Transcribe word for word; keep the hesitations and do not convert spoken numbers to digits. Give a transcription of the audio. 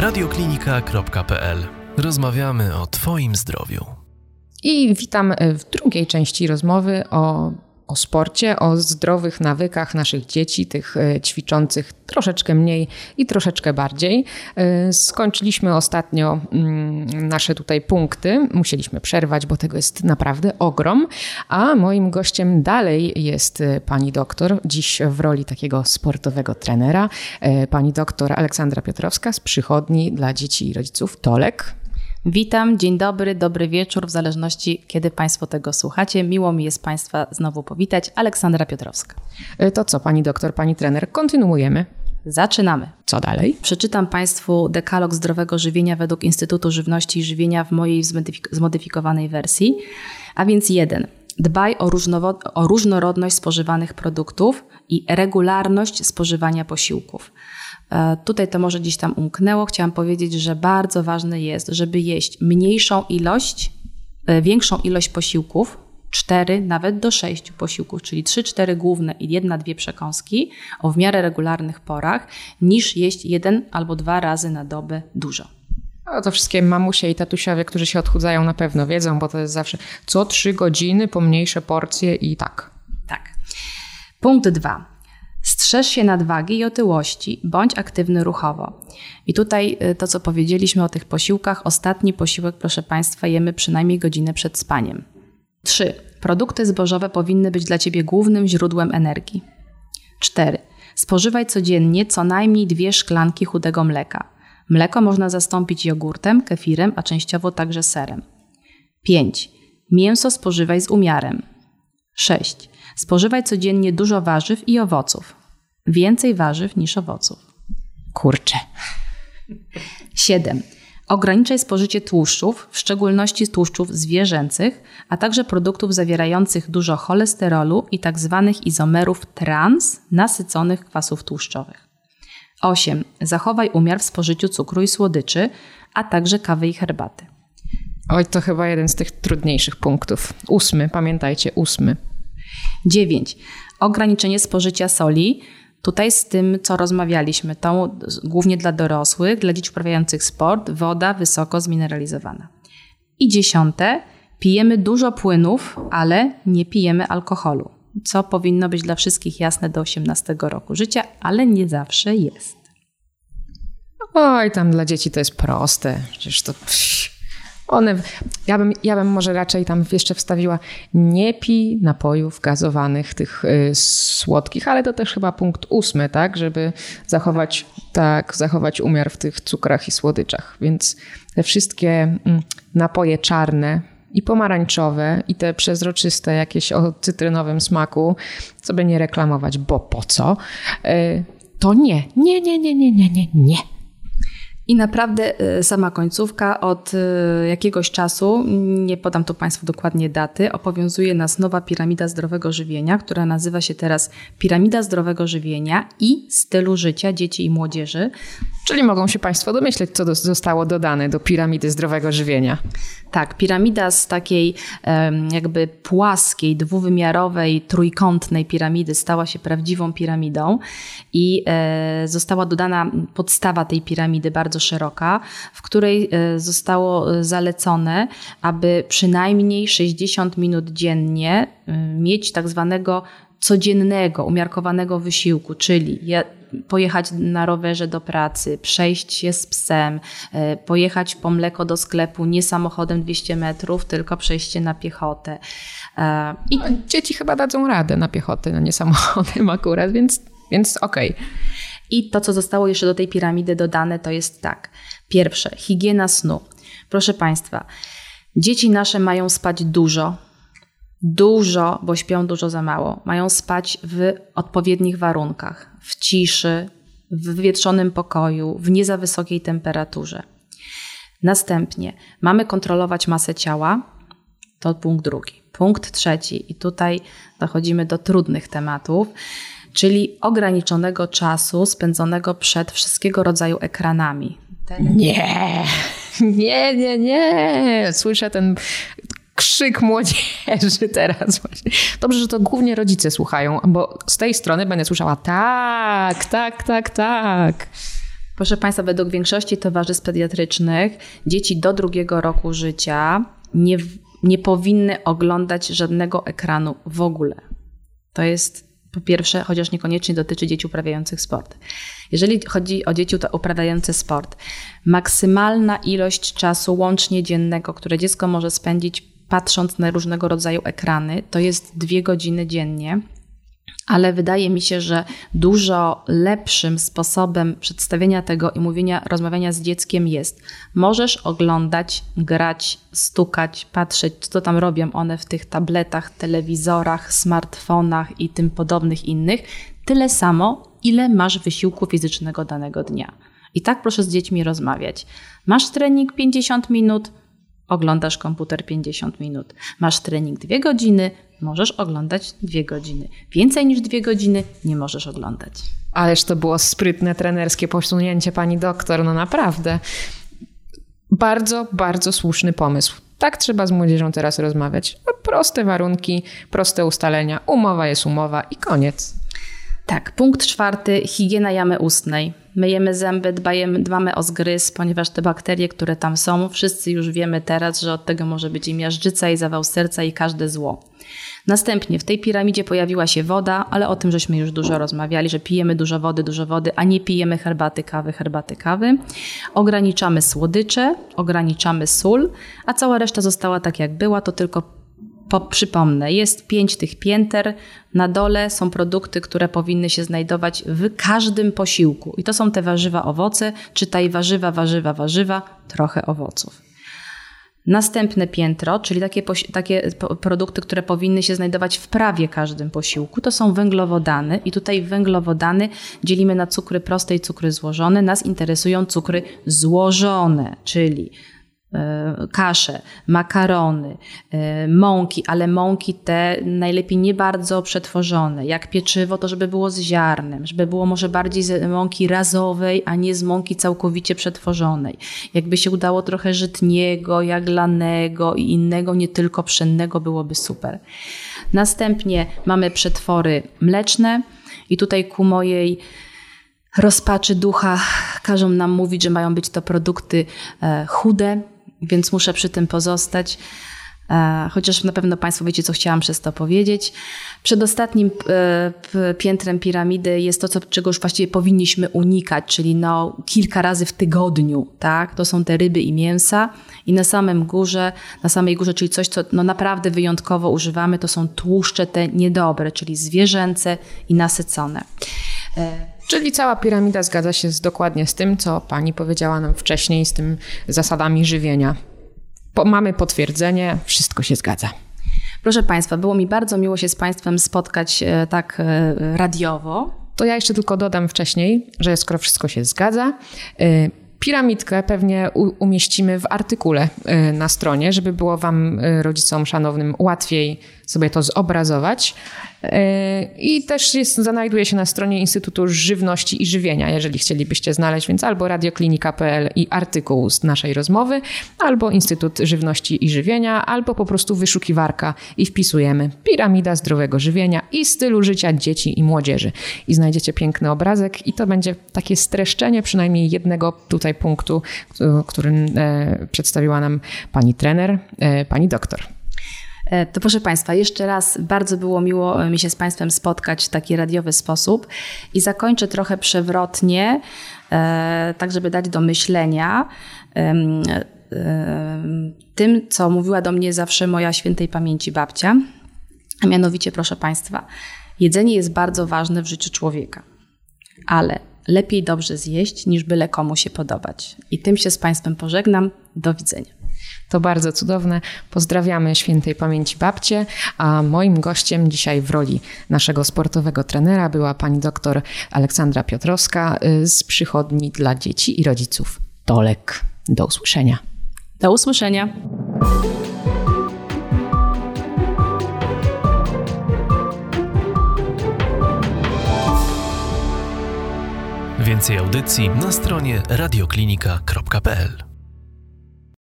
radioklinika kropka p l. Rozmawiamy o Twoim zdrowiu. I witam w drugiej części rozmowy o, o sporcie, o zdrowych nawykach naszych dzieci, tych ćwiczących troszeczkę mniej i troszeczkę bardziej. Skończyliśmy ostatnio nasze tutaj punkty. Musieliśmy przerwać, bo tego jest naprawdę ogrom. A moim gościem dalej jest pani doktor, dziś w roli takiego sportowego trenera, pani doktor Aleksandra Piotrowska z przychodni dla dzieci i rodziców Tolek. Witam, dzień dobry, dobry wieczór, w zależności kiedy Państwo tego słuchacie. Miło mi jest Państwa znowu powitać. Aleksandra Piotrowska. To co, pani doktor, pani trener, kontynuujemy. Zaczynamy. Co dalej? Przeczytam Państwu dekalog zdrowego żywienia według Instytutu Żywności i Żywienia w mojej zmodyfikowanej wersji. A więc jeden. Dbaj o, różnowo- o różnorodność spożywanych produktów i regularność spożywania posiłków. Tutaj to może gdzieś tam umknęło. Chciałam powiedzieć, że bardzo ważne jest, żeby jeść mniejszą ilość, większą ilość posiłków, cztery, nawet do sześciu posiłków, czyli trzy, cztery główne i jedna, dwie przekąski o w miarę regularnych porach, niż jeść jeden albo dwa razy na dobę dużo. No to wszystkie mamusie i tatusiowie, którzy się odchudzają, na pewno wiedzą, bo to jest zawsze co trzy godziny pomniejsze porcje i tak. Tak. Punkt dwa. Strzeż się nadwagi i otyłości, bądź aktywny ruchowo. I tutaj to, co powiedzieliśmy o tych posiłkach, ostatni posiłek, proszę Państwa, jemy przynajmniej godzinę przed spaniem. trzy. Produkty zbożowe powinny być dla Ciebie głównym źródłem energii. cztery. Spożywaj codziennie co najmniej dwie szklanki chudego mleka. Mleko można zastąpić jogurtem, kefirem, a częściowo także serem. pięć. Mięso spożywaj z umiarem. sześć. Spożywaj codziennie dużo warzyw i owoców. Więcej warzyw niż owoców. Kurczę. siedem. Ograniczaj spożycie tłuszczów, w szczególności tłuszczów zwierzęcych, a także produktów zawierających dużo cholesterolu i tzw. izomerów trans nasyconych kwasów tłuszczowych. osiem. Zachowaj umiar w spożyciu cukru i słodyczy, a także kawy i herbaty. Oj, to chyba jeden z tych trudniejszych punktów. Ósmy, pamiętajcie, ósmy. dziewięć. Ograniczenie spożycia soli. Tutaj z tym, co rozmawialiśmy, to głównie dla dorosłych, dla dzieci uprawiających sport, woda wysoko zmineralizowana. I dziesiąte. Pijemy dużo płynów, ale nie pijemy alkoholu, co powinno być dla wszystkich jasne do osiemnastego roku życia, ale nie zawsze jest. Oj, tam dla dzieci to jest proste. Przecież to... One, ja bym, ja bym może raczej tam jeszcze wstawiła nie pij napojów gazowanych, tych y, słodkich, ale to też chyba punkt ósmy, tak, żeby zachować, tak, zachować umiar w tych cukrach i słodyczach. Więc te wszystkie y, napoje czarne i pomarańczowe i te przezroczyste jakieś o cytrynowym smaku, co by nie reklamować, bo po co, y, to nie, nie, nie, nie, nie, nie, nie, nie. I naprawdę sama końcówka od jakiegoś czasu, nie podam tu Państwu dokładnie daty, obowiązuje nas nowa piramida zdrowego żywienia, która nazywa się teraz Piramida Zdrowego Żywienia i Stylu Życia Dzieci i Młodzieży. Czyli mogą się Państwo domyśleć, co do, zostało dodane do piramidy zdrowego żywienia. Tak, piramida z takiej jakby płaskiej, dwuwymiarowej, trójkątnej piramidy stała się prawdziwą piramidą i została dodana podstawa tej piramidy bardzo szeroka, w której zostało zalecone, aby przynajmniej sześćdziesiąt minut dziennie mieć tak zwanego codziennego, umiarkowanego wysiłku, czyli pojechać na rowerze do pracy, przejść się z psem, pojechać po mleko do sklepu nie samochodem dwieście metrów, tylko przejście na piechotę. I dzieci chyba dadzą radę na piechotę, no nie samochodem akurat, więc, więc okej. Okay. I to, co zostało jeszcze do tej piramidy dodane, to jest tak. Pierwsze, higiena snu. Proszę Państwa, dzieci nasze mają spać dużo, Dużo, bo śpią dużo za mało. Mają spać w odpowiednich warunkach, w ciszy, w wywietrzonym pokoju, w nie za wysokiej temperaturze. Następnie mamy kontrolować masę ciała. To punkt drugi. Punkt trzeci. I tutaj dochodzimy do trudnych tematów, czyli ograniczonego czasu spędzonego przed wszystkiego rodzaju ekranami. Nie, nie, nie, nie. Słyszę ten... krzyk młodzieży teraz właśnie. Dobrze, że to głównie rodzice słuchają, bo z tej strony będę słyszała tak, tak, tak, tak. Proszę Państwa, według większości towarzystw pediatrycznych dzieci do drugiego roku życia nie, nie powinny oglądać żadnego ekranu w ogóle. To jest po pierwsze, chociaż niekoniecznie dotyczy dzieci uprawiających sport. Jeżeli chodzi o dzieci uprawiające sport, maksymalna ilość czasu łącznie dziennego, które dziecko może spędzić patrząc na różnego rodzaju ekrany, to jest dwie godziny dziennie. Ale wydaje mi się, że dużo lepszym sposobem przedstawienia tego i mówienia, rozmawiania z dzieckiem jest: możesz oglądać, grać, stukać, patrzeć, co tam robią one w tych tabletach, telewizorach, smartfonach i tym podobnych innych, tyle samo, ile masz wysiłku fizycznego danego dnia. I tak proszę z dziećmi rozmawiać. Masz trening pięćdziesiąt minut, oglądasz komputer pięćdziesiąt minut. Masz trening dwie godziny, możesz oglądać dwie godziny. Więcej niż dwie godziny nie możesz oglądać. Ależ to było sprytne trenerskie posunięcie, pani doktor, no naprawdę. Bardzo, bardzo słuszny pomysł. Tak trzeba z młodzieżą teraz rozmawiać. Proste warunki, proste ustalenia, umowa jest umowa i koniec. Tak, punkt czwarty, higiena jamy ustnej. Myjemy zęby, dbajemy, dbamy o zgryz, ponieważ te bakterie, które tam są, wszyscy już wiemy teraz, że od tego może być i miażdżyca, i zawał serca, i każde zło. Następnie w tej piramidzie pojawiła się woda, ale o tym żeśmy już dużo rozmawiali, że pijemy dużo wody, dużo wody, a nie pijemy herbaty, kawy, herbaty, kawy. Ograniczamy słodycze, ograniczamy sól, a cała reszta została tak jak była, to tylko Po, przypomnę, jest pięć tych pięter. Na dole są produkty, które powinny się znajdować w każdym posiłku. I to są te warzywa, owoce, czytaj warzywa, warzywa, warzywa, trochę owoców. Następne piętro, czyli takie, takie produkty, które powinny się znajdować w prawie każdym posiłku, to są węglowodany. I tutaj węglowodany dzielimy na cukry proste i cukry złożone. Nas interesują cukry złożone, czyli kasze, makarony, mąki, ale mąki te najlepiej nie bardzo przetworzone. Jak pieczywo, to żeby było z ziarnem, żeby było może bardziej z mąki razowej, a nie z mąki całkowicie przetworzonej. Jakby się udało trochę żytniego, jaglanego i innego, nie tylko pszennego, byłoby super. Następnie mamy przetwory mleczne i tutaj ku mojej rozpaczy ducha każą nam mówić, że mają być to produkty chude, więc muszę przy tym pozostać, chociaż na pewno Państwo wiecie, co chciałam przez to powiedzieć. Przedostatnim piętrem piramidy jest to, co, czego już właściwie powinniśmy unikać, czyli no, kilka razy w tygodniu, tak? To są te ryby i mięsa. I na samym górze, na samej górze, czyli coś, co no, naprawdę wyjątkowo używamy, to są tłuszcze te niedobre, czyli zwierzęce i nasycone. Czyli cała piramida zgadza się z, dokładnie z tym, co pani powiedziała nam wcześniej, z tym zasadami żywienia. Po, mamy potwierdzenie, wszystko się zgadza. Proszę Państwa, było mi bardzo miło się z Państwem spotkać e, tak e, radiowo. To ja jeszcze tylko dodam wcześniej, że skoro wszystko się zgadza, e, piramidkę pewnie u, umieścimy w artykule e, na stronie, żeby było Wam, e, rodzicom szanownym, łatwiej sobie to zobrazować. I też jest, znajduje się na stronie Instytutu Żywności i Żywienia, jeżeli chcielibyście znaleźć, więc albo radioklinika kropka p l i artykuł z naszej rozmowy, albo Instytut Żywności i Żywienia, albo po prostu wyszukiwarka i wpisujemy piramida zdrowego żywienia i stylu życia dzieci i młodzieży. I znajdziecie piękny obrazek i to będzie takie streszczenie przynajmniej jednego tutaj punktu, który przedstawiła nam pani trener, pani doktor. To proszę Państwa, jeszcze raz bardzo było miło mi się z Państwem spotkać w taki radiowy sposób i zakończę trochę przewrotnie, e, tak żeby dać do myślenia e, e, tym, co mówiła do mnie zawsze moja świętej pamięci babcia, a mianowicie, proszę Państwa, jedzenie jest bardzo ważne w życiu człowieka, ale lepiej dobrze zjeść, niż byle komu się podobać. I tym się z Państwem pożegnam. Do widzenia. To bardzo cudowne. Pozdrawiamy świętej pamięci babcię, a moim gościem dzisiaj w roli naszego sportowego trenera była pani doktor Aleksandra Piotrowska z przychodni dla dzieci i rodziców Tolek. Do usłyszenia. Do usłyszenia. Więcej audycji na stronie radioklinika kropka p l.